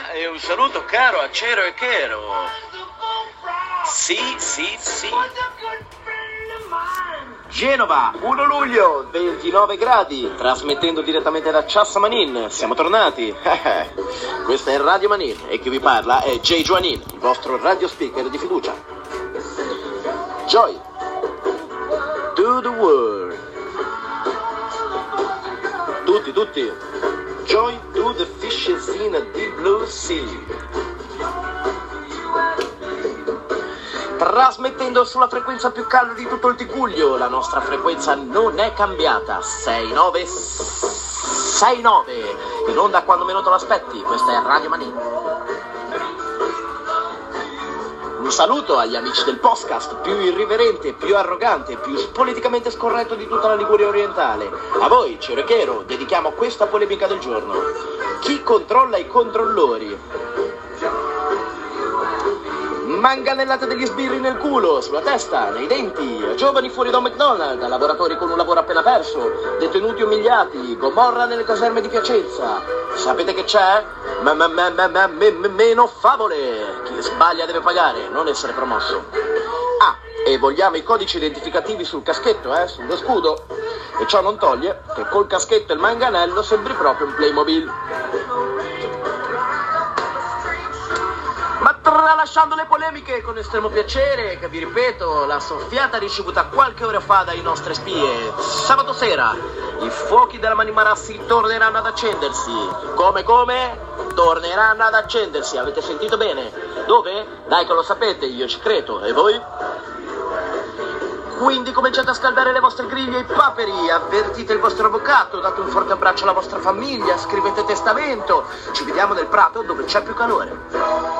e un saluto caro a Cero e Chero. Sì. Genova, 1 luglio, 29 gradi, trasmettendo direttamente da Chassa Manin. Siamo tornati. Questa è Radio Manin e chi vi parla è Jay Joanin, il vostro radio speaker di fiducia. Joy to the world. Tutti. Joy to the fishes in the blue sea. Trasmettendo sulla frequenza più calda di tutto il Tigullio, la nostra frequenza non è cambiata, 6969, in onda quando meno te lo aspetti. Questa è Radio Manin. Un saluto agli amici del podcast più irriverente, più arrogante, più politicamente scorretto di tutta la Liguria orientale. A voi, Cero e Chero, dedichiamo questa polemica del giorno. Chi controlla i controllori? Manganellate degli sbirri nel culo, sulla testa, nei denti, giovani fuori da un McDonald's, lavoratori con un lavoro appena perso, detenuti umiliati, Gomorra nelle caserme di Piacenza. Sapete che c'è? Meno favole. Chi sbaglia deve pagare, non essere promosso. Ah, e vogliamo i codici identificativi sul caschetto, sullo scudo. E ciò non toglie che col caschetto e il manganello sembri proprio un Playmobil. Tralasciando le polemiche, con estremo piacere, che vi ripeto, la soffiata ricevuta qualche ora fa dai nostre spie. Sabato sera, i fuochi della Mani Marassi torneranno ad accendersi. Come? Torneranno ad accendersi, avete sentito bene? Dove? Dai che lo sapete, io ci credo, e voi? Quindi cominciate a scaldare le vostre griglie e i paperi, avvertite il vostro avvocato, date un forte abbraccio alla vostra famiglia, scrivete testamento. Ci vediamo nel prato dove c'è più calore.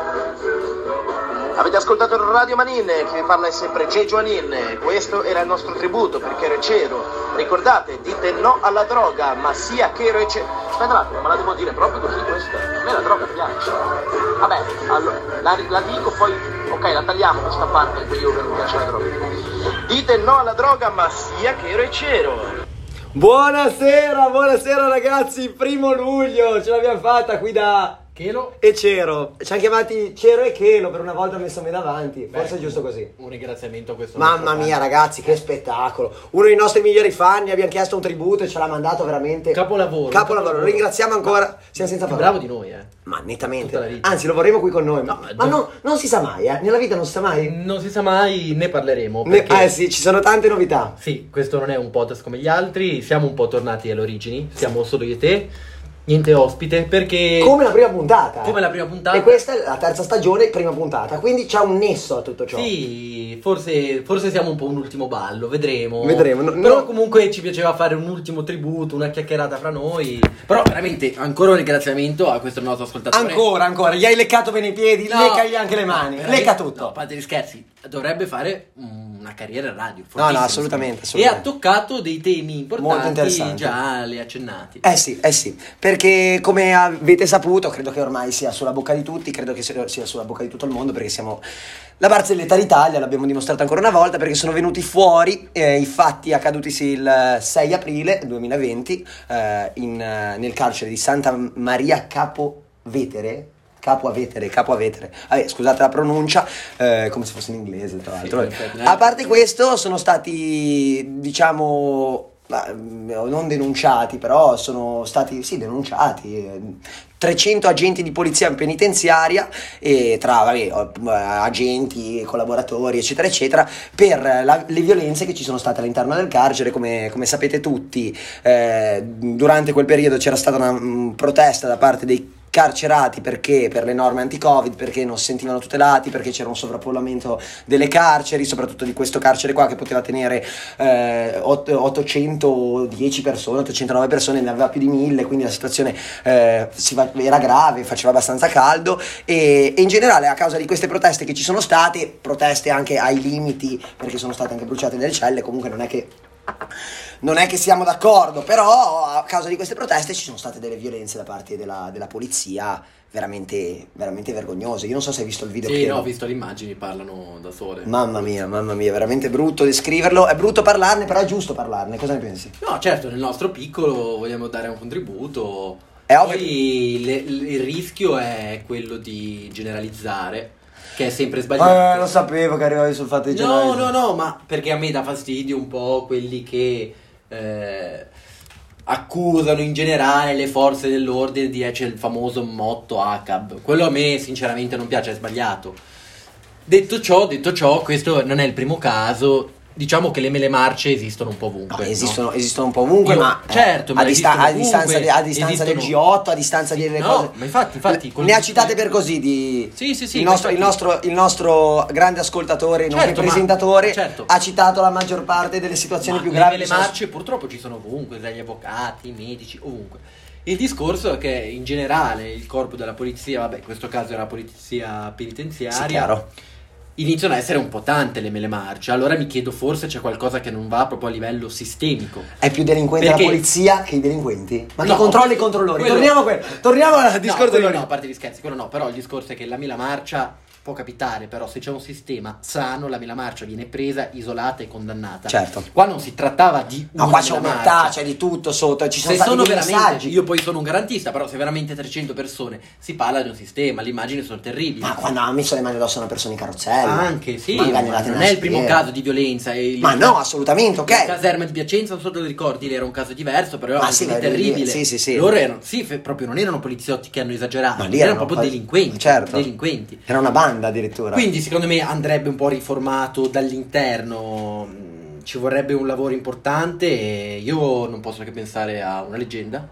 Avete ascoltato Radio Manin, che vi parla è sempre Jay Joanin. Questo era il nostro tributo per Chero e Cero. Ricordate, dite no alla droga, ma sia Chero e Cero. Aspetta un attimo, ma la devo dire proprio così questa? A me la droga piace. Vabbè, allora, la dico poi, ok, la tagliamo questa parte in cui io non piace la droga. Dite no alla droga, ma sia Chero e Cero. Buonasera ragazzi, 1 luglio, ce l'abbiamo fatta qui da Chelo e Cero. Ci hanno chiamati Cero e Chelo, per una volta messo me davanti. Forse è giusto così. Un ringraziamento a questo. Mamma mia ragazzi, che spettacolo. Uno dei nostri migliori fan, gli abbiamo chiesto un tributo e ce l'ha mandato veramente. Capolavoro. Lo ringraziamo ancora. Siamo senza parole. Bravo di noi, Ma nettamente. Tutta la vita. Anzi, lo vorremmo qui con noi. No, ma non si sa mai, nella vita non si sa mai. Non si sa mai, ne parleremo. Perché... sì, ci sono tante novità. Sì, questo non è un podcast come gli altri. Siamo un po' tornati alle origini. Siamo solo io e te. Niente ospite, perché... Come la prima puntata. E questa è la terza stagione, prima puntata. Quindi c'è un nesso a tutto ciò. Sì, forse siamo un po' un ultimo ballo, vedremo. Però comunque ci piaceva fare un ultimo tributo, una chiacchierata fra noi. Però veramente, ancora un ringraziamento a questo nostro ascoltatore. Ancora, gli hai leccato bene i piedi, leccagli anche le mani, lecca tutto. No, a parte gli scherzi, dovrebbe fare una carriera in radio. No, assolutamente. E ha toccato dei temi importanti, molto interessanti. già li accennati. Sì, perché come avete saputo, credo che ormai sia sulla bocca di tutti, credo che sia sulla bocca di tutto il mondo, perché siamo la barzelletta d'Italia, l'abbiamo dimostrato ancora una volta, perché sono venuti fuori i fatti accadutisi il 6 aprile 2020 nel carcere di Santa Maria Capo Vetere. Vabbè, scusate la pronuncia, come se fosse in inglese, tra l'altro. Sì, a parte questo, sono stati, diciamo, non denunciati, però sono stati, denunciati. 300 agenti di polizia penitenziaria e tra agenti, collaboratori eccetera eccetera per le violenze che ci sono state all'interno del carcere. Come sapete tutti, durante quel periodo c'era stata una protesta da parte dei carcerati perché per le norme anti-Covid, perché non si sentivano tutelati, perché c'era un sovraffollamento delle carceri, soprattutto di questo carcere qua che poteva tenere 810 persone, 809 persone, ne aveva più di 1000, quindi la situazione era grave, faceva abbastanza caldo e in generale a causa di queste proteste che ci sono state, proteste anche ai limiti perché sono state anche bruciate delle celle, comunque non è che siamo d'accordo, però a causa di queste proteste ci sono state delle violenze da parte della polizia veramente, veramente vergognose. Io non so se hai visto il video. Sì, no, ho visto le immagini, parlano da sole. Mamma mia, veramente brutto descriverlo. È brutto parlarne, però è giusto parlarne. Cosa ne pensi? No, certo, nel nostro piccolo vogliamo dare un contributo. È ovvio. Poi il rischio è quello di generalizzare, che è sempre sbagliato. Lo sapevo che arrivavi sul fatto di generalizzare. No, ma perché a me dà fastidio un po' quelli che accusano in generale le forze dell'ordine di c'è il famoso motto ACAB. Quello a me sinceramente non piace, è sbagliato. Detto ciò, questo non è il primo caso. Diciamo che le mele marce esistono un po' ovunque. No, esistono un po' ovunque, ma certo, a distanza esistono. del G8, a distanza delle cose. Ma infatti ne ha citate per così di Sì, il nostro grande ascoltatore, nonché presentatore, ha citato la maggior parte delle situazioni più gravi. Le mele marce purtroppo ci sono ovunque, dagli avvocati, medici, ovunque. Il discorso è che in generale il corpo della polizia, vabbè, in questo caso era la polizia penitenziaria. Sì, chiaro. Iniziano a essere un po' tante le mele marce. Allora mi chiedo, forse c'è qualcosa che non va proprio a livello sistemico. È più delinquente la polizia che i delinquenti? Ma no, che controlli i controllori? Torniamo al discorso no, a parte gli scherzi, quello no. Però il discorso è che la mela marcia può capitare, però se c'è un sistema sano la mela marcia viene presa, isolata e condannata. Certo. Qua non si trattava di una qua c'è omertà, c'è di tutto sotto, ci sono stati dei messaggi. Io poi sono un garantista, però se veramente 300 persone si parla di un sistema, le immagini sono terribili. Ma quando ha messo le mani addosso a una persona in carrozzella. Anche, sì, ma non è il primo caso di violenza. Ma no, assolutamente, ok. La caserma di Piacenza, non so se lo ricordi, era un caso diverso, però era terribile. Sì. Loro erano, proprio non erano poliziotti che hanno esagerato, ma lì erano proprio delinquenti. Certo. Delinquenti. Era una banda addirittura. Quindi secondo me andrebbe un po' riformato dall'interno, ci vorrebbe un lavoro importante e io non posso che pensare a una leggenda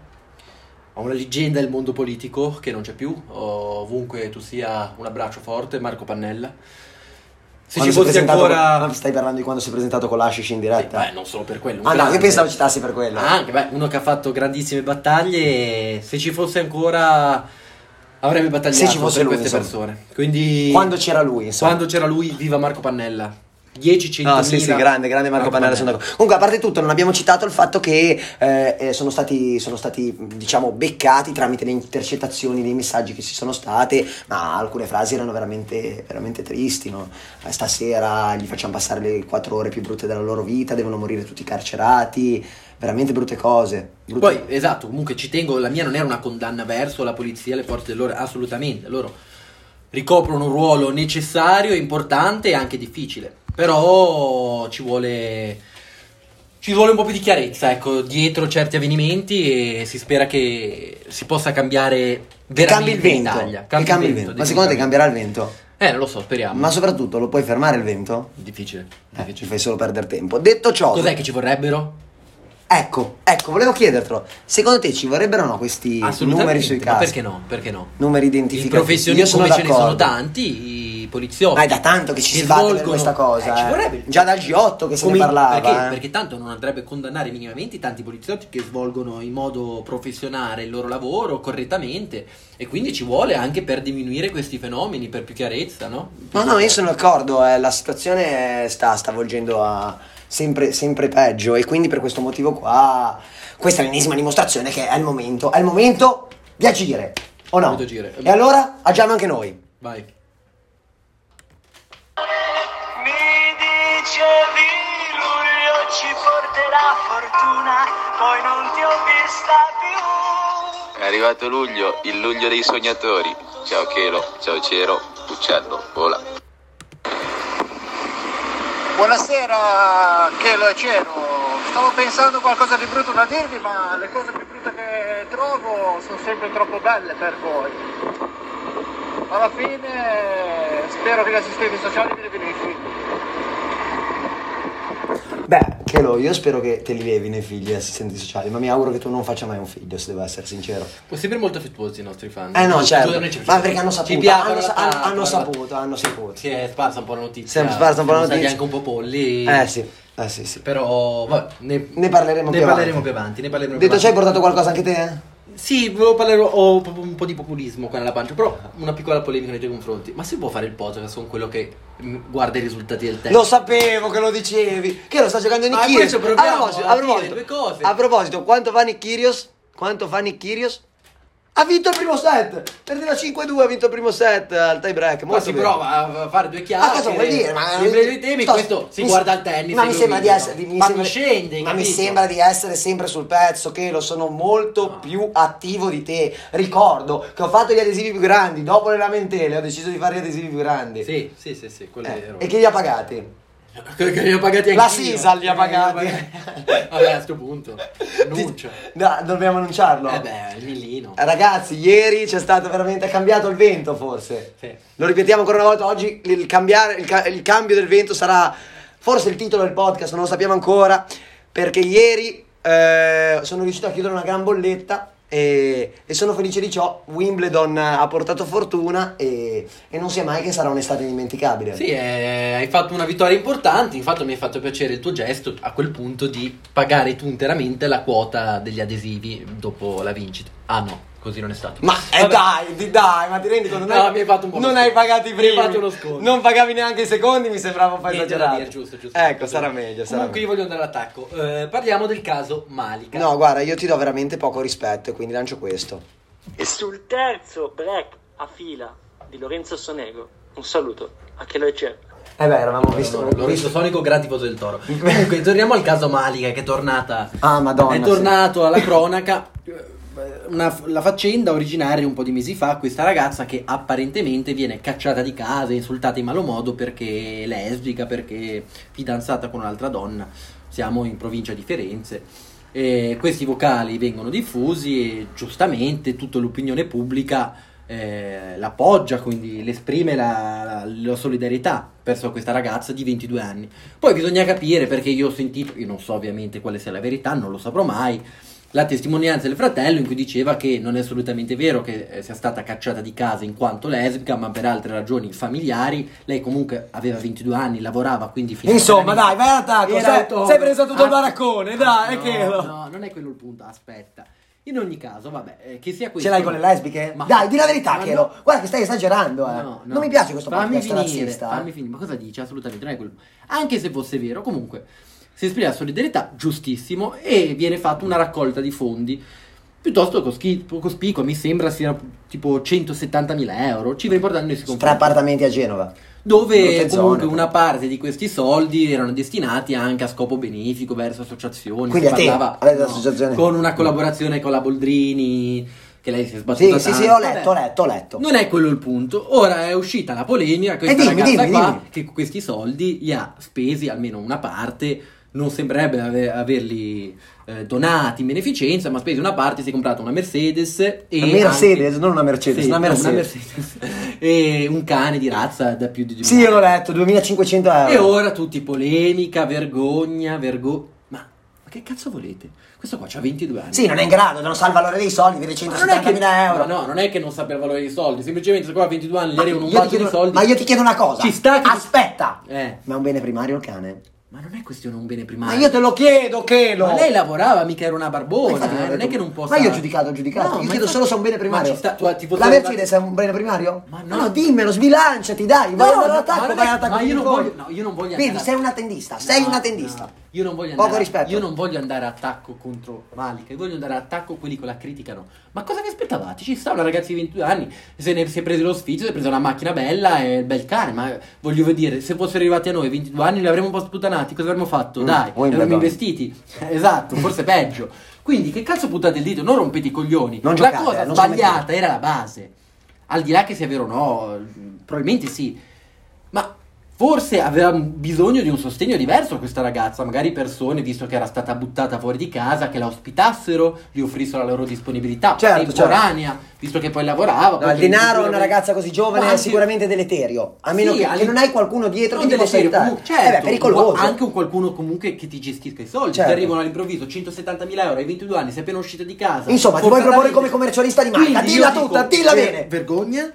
del mondo politico che non c'è più, ovunque tu sia, un abbraccio forte, Marco Pannella. Se quando ci fosse ancora... Ma stai parlando di quando si è presentato con l'Ashish in diretta? Sì, non solo per quello. No, io pensavo citassi per quello. Anche, uno che ha fatto grandissime battaglie, se ci fosse ancora... avrebbe battagliato se ci fosse per lui, queste persone. Quindi quando c'era lui, insomma. Quando c'era lui, viva Marco Pannella. 10-100 no, sì, grande Marco Pannella, sono d'accordo. Comunque, a parte tutto, non abbiamo citato il fatto che sono stati diciamo beccati tramite le intercettazioni dei messaggi che ci sono state, ma alcune frasi erano veramente veramente tristi, no? Stasera gli facciamo passare le 4 ore più brutte della loro vita, devono morire tutti carcerati, veramente brutte cose. Poi, esatto, comunque ci tengo, la mia non era una condanna verso la polizia e le forze dell'ordine, assolutamente, loro ricoprono un ruolo necessario, importante e anche difficile. Però ci vuole un po' più di chiarezza, ecco, dietro certi avvenimenti, e si spera che si possa cambiare veramente in Italia. Cambi il vento. Ma secondo te cambierà il vento? Non lo so, speriamo. Ma soprattutto, lo puoi fermare il vento? Difficile. Ci fai solo perdere tempo. Detto ciò, cos'è che ci vorrebbero? Ecco, volevo chiedertelo. Secondo te ci vorrebbero o no questi numeri sui casi? Perché no? Numeri identificativi. I professionisti, come ce ne sono tanti, i poliziotti. Ma è da tanto che ci si batte per questa cosa. Ci vorrebbe. Già dal G8 che se ne parlava. Perché tanto non andrebbe a condannare minimamente tanti poliziotti che svolgono in modo professionale il loro lavoro correttamente, e quindi ci vuole anche per diminuire questi fenomeni, per più chiarezza, no? No, io sono d'accordo, la situazione sta volgendo a sempre peggio, e quindi per questo motivo qua questa è l'ennesima dimostrazione che è il momento di agire, o no? E allora agiamo anche noi. Vai. Mi dicevi luglio ci porterà fortuna, poi non ti ho vista più. È arrivato luglio, il luglio dei sognatori. Ciao Chelo, ciao Cero, Uccello, vola. Buonasera Chelo e Cero, stavo pensando qualcosa di brutto da dirvi, ma le cose più brutte che trovo sono sempre troppo belle per voi. Alla fine spero che gli assistenti sociali vi levino i figli. Beh, Chelo, io spero che te li levi nei figli e assistenti sociali, ma mi auguro che tu non faccia mai un figlio, se devo essere sincero. Può sempre molto affettuosi i nostri fan. No, certo. Ma perché hanno saputo, hanno saputo. Si è sparsa un po' la notizia. Si è sparsa un po' la notizia. Siamo stati anche un po' polli. Sì. Però, vabbè, ne parleremo più avanti. Detto ciò, hai portato qualcosa anche te? Sì, volevo parlare, ho proprio un po' di populismo qua nella pancia, però una piccola polemica nei tuoi confronti. Ma si può fare il podcast con quello che guarda i risultati del test? Lo sapevo che lo dicevi, che lo sta giocando Nick Kyrgios. A proposito, quanto fa Nick Kyrgios? Ha vinto il primo set, perdeva 5-2, ha vinto il primo set al tie break. Poi si prova a fare due chiacchiere. Ma cosa vuol dire? I temi, questo si guarda al tennis. Ma mi sembra di essere. Mi sembra di essere sempre sul pezzo, che lo sono molto più attivo di te. Ricordo che ho fatto gli adesivi più grandi, dopo le lamentele ho deciso di fare gli adesivi più grandi. Sì, quello è vero. E chi li ha pagati? Che li ho pagati anche la Sisal li ha pagati. Vabbè, a sto punto annuncia. No, dobbiamo annunciarlo. Il millino. Ragazzi, ieri c'è stato veramente, è cambiato il vento forse. Sì. Lo ripetiamo ancora una volta, oggi il cambio del vento sarà forse il titolo del podcast, non lo sappiamo ancora, perché ieri sono riuscito a chiudere una gran bolletta e sono felice di ciò. Wimbledon ha portato fortuna e non sia mai che sarà un'estate indimenticabile. Sì, hai fatto una vittoria importante. Infatti mi ha fatto piacere il tuo gesto a quel punto di pagare tu interamente la quota degli adesivi dopo la vincita. Ah no, così non è stato. Ma dai, ma ti rendi conto? No, mi hai fatto un po' non hai pagato i primi, mi hai fatto uno sconto. Non pagavi neanche i secondi, mi sembrava un po' esagerato. Giusto. Ecco, sarà meglio. Comunque io voglio andare all'attacco. Parliamo del caso Malika. No, guarda, io ti do veramente poco rispetto, quindi lancio questo. E sul terzo break a fila di Lorenzo Sonego, un saluto a che lo c'è. Eravamo visto Lorenzo Sonico, gran tifoso del Toro. Comunque torniamo al caso Malika, che è tornata. Ah, Madonna. È tornato alla cronaca. La faccenda originaria un po' di mesi fa, questa ragazza che apparentemente viene cacciata di casa, insultata in malo modo perché è lesbica, perché fidanzata con un'altra donna. Siamo in provincia di Firenze e questi vocali vengono diffusi e giustamente tutta l'opinione pubblica l'appoggia, quindi le esprime la solidarietà verso questa ragazza di 22 anni. Poi bisogna capire, perché io ho sentito, io non so ovviamente quale sia la verità, non lo saprò mai, la testimonianza del fratello in cui diceva che non è assolutamente vero che sia stata cacciata di casa in quanto lesbica, ma per altre ragioni familiari. Lei comunque aveva 22 anni, lavorava, quindi insomma dai, vai all'attacco, sei preso tutto il baraccone, dai, no, non è quello il punto, aspetta. In ogni caso, vabbè, che sia questo. Ce l'hai con le lesbiche? Ma dai, di la verità, ma Chelo. no. Guarda che stai esagerando, No. Non mi piace questo fammi podcast finire, razzista. Fammi finire, ma cosa dici? Assolutamente, non è quello. Anche se fosse vero, comunque, si esprime la solidarietà, giustissimo, e viene fatta una raccolta di fondi piuttosto cospicua, mi sembra sia tipo 170.000 euro, cifra importante nei Tre appartamenti a Genova. Dove comunque una parte di questi soldi erano destinati anche a scopo benefico verso associazioni. Quindi si a te, associazione. Con una collaborazione con la Boldrini, che lei si è sbattuta tanto. Sì, ho letto. Non è quello il punto. Ora è uscita la polemica, questa ragazza qua, che questi soldi li ha spesi, almeno una parte, non sembrerebbe averli donati in beneficenza, ma spesi una parte, si è comprata una Mercedes non una Mercedes, sì, una Mercedes. Una Mercedes e un cane di razza da più di 2.000. Sì, io l'ho letto, 2.500 euro. E ora tutti polemica, vergogna. Ma che cazzo volete? Questo qua c'ha 22 anni. Sì, non è in grado, non sa il valore dei soldi, vede 170.000 euro. No, non è che non sappia il valore dei soldi, semplicemente se qua a 22 anni gli arrivano un botto di soldi. Ma io ti chiedo una cosa. Ci sta che aspetta. Ma è un bene primario il cane? Ma non è questione un bene primario. Ma io te lo chiedo, Chelo. Ma lei lavorava, mica era una barbona, non è che non possa. Ma io ho giudicato. No, io chiedo solo se è un bene primario. Ma ci sta, la Mercedes è un bene primario? Ma no. No, dimmelo, sbilanciati, dai. Vai all'attacco, vai all'attacco. Ma io non voglio. Vedi, sei un attendista, No. Io non voglio Poco rispetto. Io non voglio andare a attacco contro Malika, io voglio andare a attacco quelli che la criticano. Ma cosa vi aspettavate? Ci sta una ragazza di 22 anni, si è preso lo sfizio, si è presa una macchina bella e il bel cane. Ma voglio vedere, se fossero arrivati a noi 22 anni li avremmo un po' sputtanati, cosa avremmo fatto? Dai, li avremmo investiti. Esatto, forse peggio. Quindi che cazzo puntate il dito? Non rompete i coglioni. La cosa sbagliata era la base. Al di là che sia vero o no, probabilmente sì. Ma forse aveva bisogno di un sostegno diverso questa ragazza, magari persone, visto che era stata buttata fuori di casa, che la ospitassero, gli offrissero la loro disponibilità temporanea, visto che poi lavorava. No, il denaro a una ragazza così giovane è sicuramente deleterio, a meno che non hai qualcuno dietro che ti possa aiutare. Certo, pericoloso. Anche un qualcuno comunque che ti gestisca i soldi. Ti arrivano all'improvviso 170.000 euro ai 22 anni, sei appena uscita di casa. Insomma, ti vuoi proporre come commercialista di marca? Dilla tutta, dilla bene. Vergogna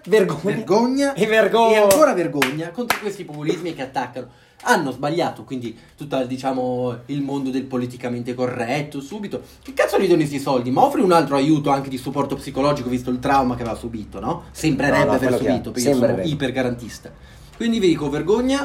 e ancora vergogna contro questi populismi che attaccano. Hanno sbagliato, quindi tutto, diciamo, il mondo del politicamente corretto subito. Che cazzo gli doni questi soldi? Ma offri un altro aiuto anche di supporto psicologico, visto il trauma che aveva subito, no? Sembrerebbe aver subito, perché io sono iper garantista. Quindi vi dico vergogna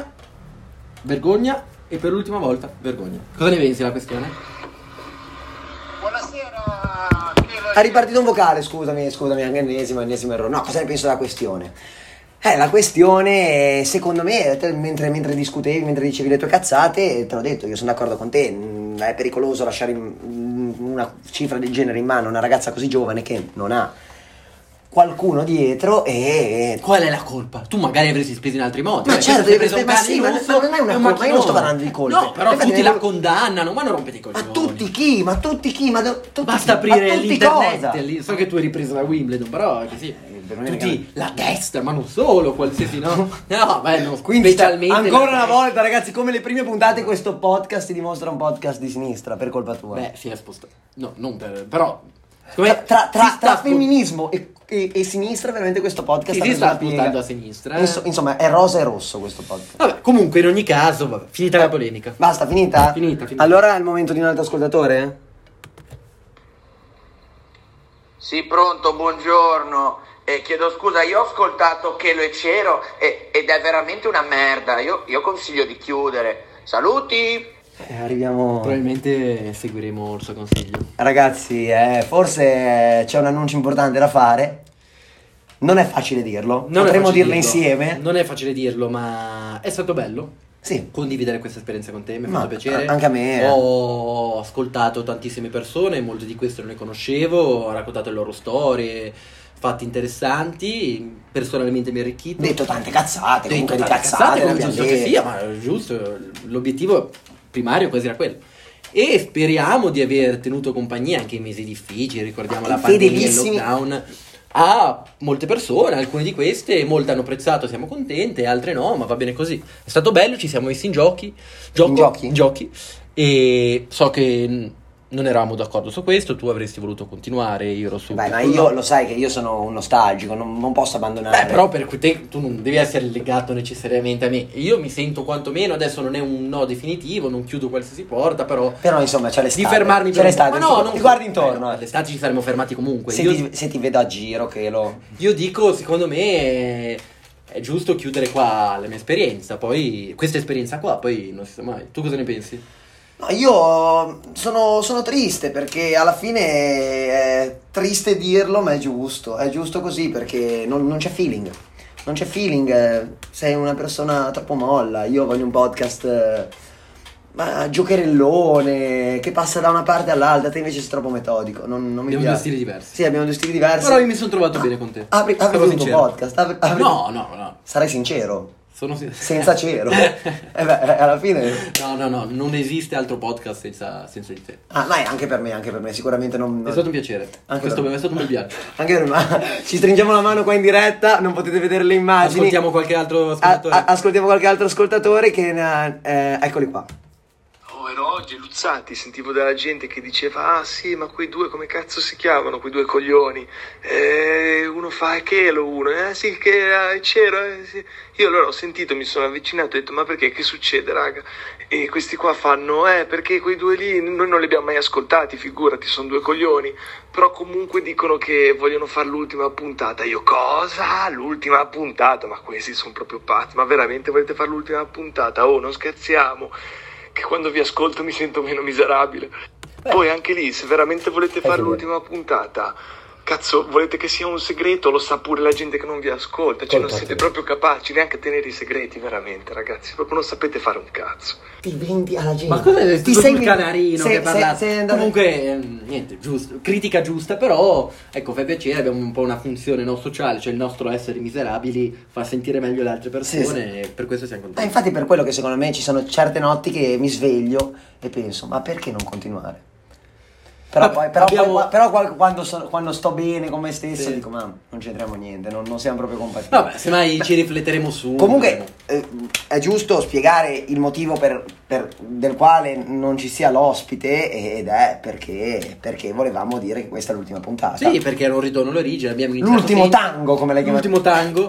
e per l'ultima volta vergogna. Cosa ne pensi della questione? Buonasera, Chelo Ha ripartito un vocale, scusami, anche ennesimo errore. No, cosa ne penso della questione? La questione, secondo me, mentre discutevi, mentre dicevi le tue cazzate, te l'ho detto, io sono d'accordo con te, è pericoloso lasciare una cifra del genere in mano a una ragazza così giovane che non ha qualcuno dietro e... Qual è la colpa? Tu magari avresti speso in altri modi. Ma certo, devi prendere un ma sì, ma non è una colpa, io non sto parlando di colpe. No, però tutti la condannano, ma non rompete i coglioni. Ma tutti chi? Basta aprire l'internet, so che tu hai ripreso da Wimbledon, però che sì. Tutti la destra, ma non solo, qualsiasi no. No, beh, no, quindi specialmente ancora una volta, ragazzi, come le prime puntate, questo podcast ti dimostra un podcast di sinistra per colpa tua. Beh, si è spostato. No, non per, però tra femminismo e sinistra, veramente questo podcast si sta spostando a sinistra. Insomma, è rosa e rosso questo podcast. Vabbè, comunque in ogni caso, finita la polemica. Basta, finita? Finita. Allora è il momento di un altro ascoltatore? Sì, pronto, buongiorno. Chiedo scusa, io ho ascoltato Chelo e Cero ed è veramente una merda. Io consiglio di chiudere. Saluti! Arriviamo. Probabilmente seguiremo il suo consiglio. Ragazzi, forse c'è un annuncio importante da fare. Non è facile dirlo. Potremmo dirlo insieme. Non è facile dirlo, ma è stato bello. Sì. Condividere questa esperienza con te, mi ha fatto piacere. Anche a me. Ho ascoltato tantissime persone, molte di queste non le conoscevo, ho raccontato le loro storie, fatti interessanti, personalmente mi ha arricchito. Detto tante cazzate, comunque di cazzate, come giusto che sia, ma giusto, l'obiettivo primario quasi era quello. E speriamo di aver tenuto compagnia anche in mesi difficili, ricordiamo la pandemia e il lockdown, a molte persone, alcune di queste molte hanno apprezzato, siamo contente, altre no, ma va bene così. È stato bello, ci siamo messi in giochi e so che non eravamo d'accordo su questo, tu avresti voluto continuare, io ero su. Beh, ma io lo sai che io sono un nostalgico, non posso abbandonare. Beh, però per te tu non devi essere legato necessariamente a me. Io mi sento quantomeno, adesso non è un no definitivo, non chiudo qualsiasi porta, però insomma c'è l'estate. Di fermarmi c'è l'estate. Ma no, ti guardi intorno. All'estate ci saremmo fermati comunque. Se ti vedo a giro che Io dico, secondo me è giusto chiudere qua la mia esperienza, poi questa esperienza qua, poi non si sa mai. Tu cosa ne pensi? No, io sono triste perché alla fine è triste dirlo, ma è giusto così perché non c'è feeling. Non c'è feeling, sei una persona troppo molla. Io voglio un podcast giocherellone che passa da una parte all'altra, te invece sei troppo metodico. Non mi abbiamo piace. due stili diversi. Sì, abbiamo due stili diversi. Però io mi sono trovato bene con te. Apri un tuo podcast. No. Sarai sincero. Sono senza Cero. Alla fine no, non esiste altro podcast senza di te. Ma anche per me sicuramente non. È stato un piacere. Questo è stato un bel viaggio. Anche per me. Ci stringiamo la mano qua in diretta, non potete vedere le immagini. Ascoltiamo qualche altro ascoltatore. Ascoltiamo qualche altro ascoltatore che eccoli qua. Ero oggi Luzzati, sentivo dalla gente che diceva sì, ma quei due come cazzo si chiamano, quei due coglioni, uno fa Chelo, uno sì che Cero, sì. Io allora ho sentito, mi sono avvicinato e ho detto ma perché, che succede raga? E questi qua fanno perché quei due lì noi non li abbiamo mai ascoltati, figurati, sono due coglioni, però comunque dicono che vogliono fare l'ultima puntata. Io cosa? L'ultima puntata? Ma questi sono proprio pazzi, ma veramente volete fare l'ultima puntata? Oh, non scherziamo, che quando vi ascolto mi sento meno miserabile. Poi anche lì, se veramente volete fare l'ultima puntata, cazzo, volete che sia un segreto? Lo sa pure la gente che non vi ascolta. Cioè non siete proprio capaci neanche a tenere i segreti, veramente, ragazzi. Proprio non sapete fare un cazzo. Ti vendi alla gente. Ma cos'è ti sei un canarino che parla? Andato... Comunque, niente, giusto. Critica giusta, però, ecco, fa piacere, abbiamo un po' una funzione no sociale, cioè il nostro essere miserabili fa sentire meglio le altre persone e per questo siamo contenti. Infatti per quello che secondo me ci sono certe notti che mi sveglio e penso, ma perché non continuare? Però quando sto bene con me stesso dico ma non c'entriamo niente, non siamo proprio compatibili. Vabbè, semmai ci rifletteremo su. Comunque è giusto spiegare il motivo del quale non ci sia l'ospite ed è perché volevamo dire che questa è l'ultima puntata. Sì, perché era un ritorno all'origine, abbiamo iniziato l'ultimo tango, come l'hai chiamato. L'ultimo tango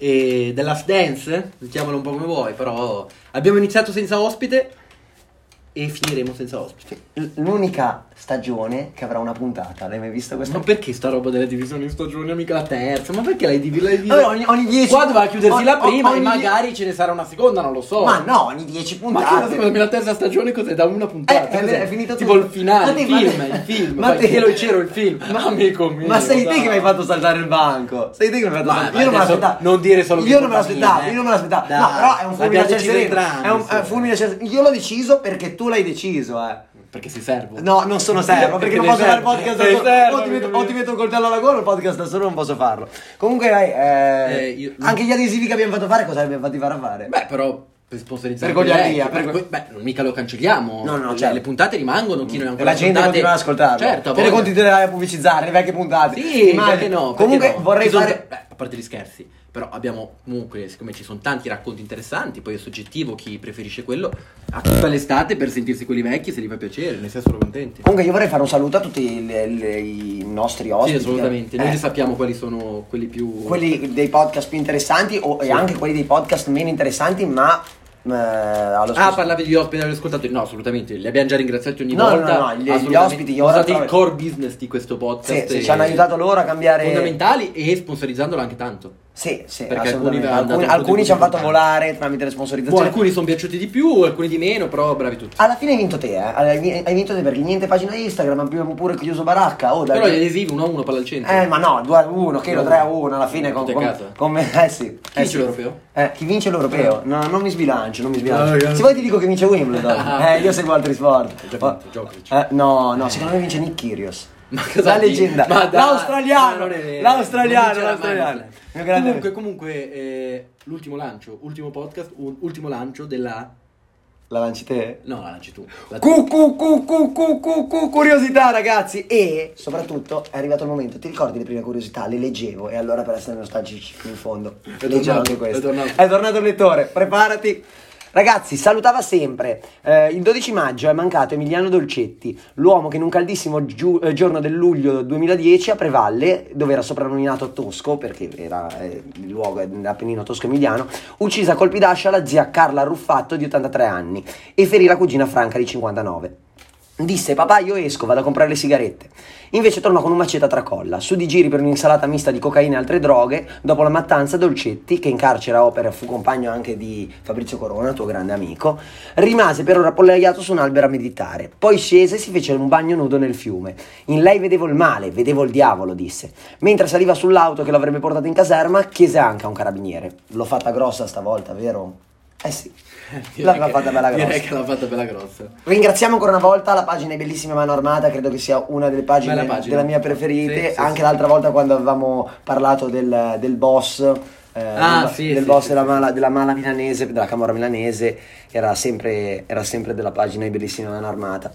The Last Dance, mettiamolo un po' come vuoi, però abbiamo iniziato senza ospite. e finiremo senza ospiti. L'unica stagione che avrà una puntata, l'hai mai vista questa? Ma perché sta roba delle divisioni in stagione, mica la terza? Ma perché l'hai divisa? Allora, ogni 10 qua doveva chiudersi la prima e ogni magari ce ne sarà una seconda, non lo so. Ma no, ogni 10 puntate. Ma che la terza stagione cos'è? Da una puntata? È finito tipo tutto. il finale, il film. Ma te lo c'ero il film. Ma amico mio. Ma sei te che mi hai fatto saltare il banco. Sei te che mi hai fatto saltare. Io non me l'aspettavo. Non dire solo io non me l'aspettavo. No, però è un fulmine a ciel sereno. È un fulmine a ciel sereno. Io l'ho deciso perché tu l'hai deciso, Perché sei servo? No, non sono servo, perché non posso fare il podcast da solo. O ti metto un coltello alla gola, il podcast da solo non posso farlo. Comunque, anche gli adesivi che abbiamo fatto fare, cosa li abbiamo fatti fare a fare? Beh, però per sponsorizzare per gogliardia, beh, mica lo cancelliamo. No, certo. Le puntate rimangono, chi non è ancora la gente continua ad ascoltarlo. Certo, te le continuerai a pubblicizzare, le vecchie puntate. Sì, perché no? Comunque vorrei fare a parte gli scherzi, però abbiamo comunque, siccome ci sono tanti racconti interessanti, poi è soggettivo chi preferisce quello, a tutta l'estate per sentirsi quelli vecchi, se gli fa piacere, ne siamo solo contenti. Comunque io vorrei fare un saluto a tutti i nostri ospiti. Sì, assolutamente. Noi sappiamo quali sono quelli più... quelli dei podcast più interessanti e anche quelli dei podcast meno interessanti, ma... parlavi di ospiti agli ascoltatori? No, assolutamente, li abbiamo già ringraziati ogni volta. No, gli ospiti sono stati il core business di questo podcast. Sì, ci hanno aiutato loro a cambiare, fondamentali, e sponsorizzandolo anche tanto. Sì, perché alcuni ci hanno fatto volare tramite le sponsorizzazioni. Alcuni sono piaciuti di più, alcuni di meno, però bravi tutti. Alla fine hai vinto te, hai vinto te, perché niente pagina Instagram, abbiamo pure chiuso baracca. Però gli adesivi 1-1 palla al centro. Ma no, 2-1, che lo 3-1 alla fine sì. Chi vince l'europeo? Chi vince l'europeo? No, non mi sbilancio. Se vuoi ti dico che vince Wimbledon. Io seguo altri sport. No, secondo me vince Nick Kyrgios. Ma cosa la leggenda, l'australiano. Comunque, l'ultimo lancio, ultimo podcast, ultimo lancio della... La lanci te? No, la lanci tu. Curiosità, ragazzi. E soprattutto è arrivato il momento. Ti ricordi le prime curiosità? Le leggevo, e allora per essere nostalgici fino in fondo leggiamo anche questo. È tornato il lettore, preparati. Ragazzi, salutava sempre. Il 12 maggio è mancato Emiliano Dolcetti, l'uomo che in un caldissimo giorno del luglio 2010 a Prevalle, dove era soprannominato Tosco, perché era il luogo dell'Appennino tosco-emiliano, uccise a colpi d'ascia la zia Carla Ruffatto di 83 anni e ferì la cugina Franca di 59. Disse: papà, io esco, vado a comprare le sigarette. Invece tornò con un macete a tracolla, su di giri per un'insalata mista di cocaina e altre droghe. Dopo la mattanza, Dolcetti, che in carcere a opera fu compagno anche di Fabrizio Corona, tuo grande amico, rimase per ora appollaiato su un albero a meditare. Poi scese e si fece un bagno nudo nel fiume. In lei vedevo il male, vedevo il diavolo, disse. Mentre saliva sull'auto che lo avrebbe portato in caserma, chiese anche a un carabiniere: l'ho fatta grossa stavolta, vero? Sì, l'aveva fatta bella grossa. Direi che l'ha fatta bella grossa. Ringraziamo ancora una volta la pagina Bellissima Mano Armata, credo che sia una delle pagine della mia preferite. Anche l'altra volta quando avevamo parlato del boss, boss della mala milanese, della camorra milanese, era sempre della pagina Bellissima Mano Armata.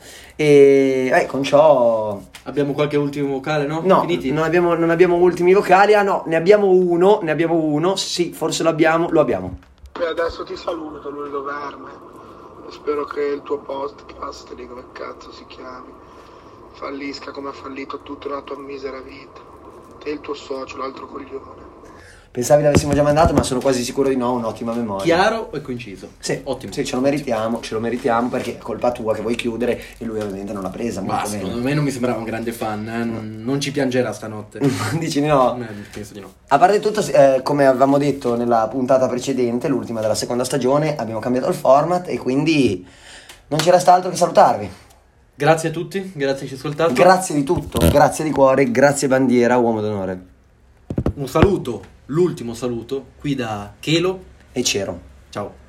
E con ciò abbiamo qualche ultimo vocale, no? No, finiti? Non abbiamo ultimi vocali. Ne abbiamo uno. Sì, forse lo abbiamo. Adesso ti saluto, l'unico verme. Spero che il tuo podcast, di come cazzo si chiami, fallisca come ha fallito tutta la tua misera vita. Te e il tuo socio, l'altro coglione. Pensavi l'avessimo già mandato, ma sono quasi sicuro di no, un'ottima memoria. Chiaro e coinciso. Sì, ottimo. Sì, ce lo meritiamo perché è colpa tua che vuoi chiudere e lui ovviamente non l'ha presa. Ma secondo me non mi sembrava un grande fan, non ci piangerà stanotte. Dici di no? Penso di no. A parte tutto, come avevamo detto nella puntata precedente, l'ultima della seconda stagione, abbiamo cambiato il format e quindi non ci resta altro che salutarvi. Grazie a tutti, grazie che ci ascoltate. Grazie di tutto, grazie di cuore, grazie bandiera, uomo d'onore. Un saluto, l'ultimo saluto, qui da Chelo e Cero. Ciao.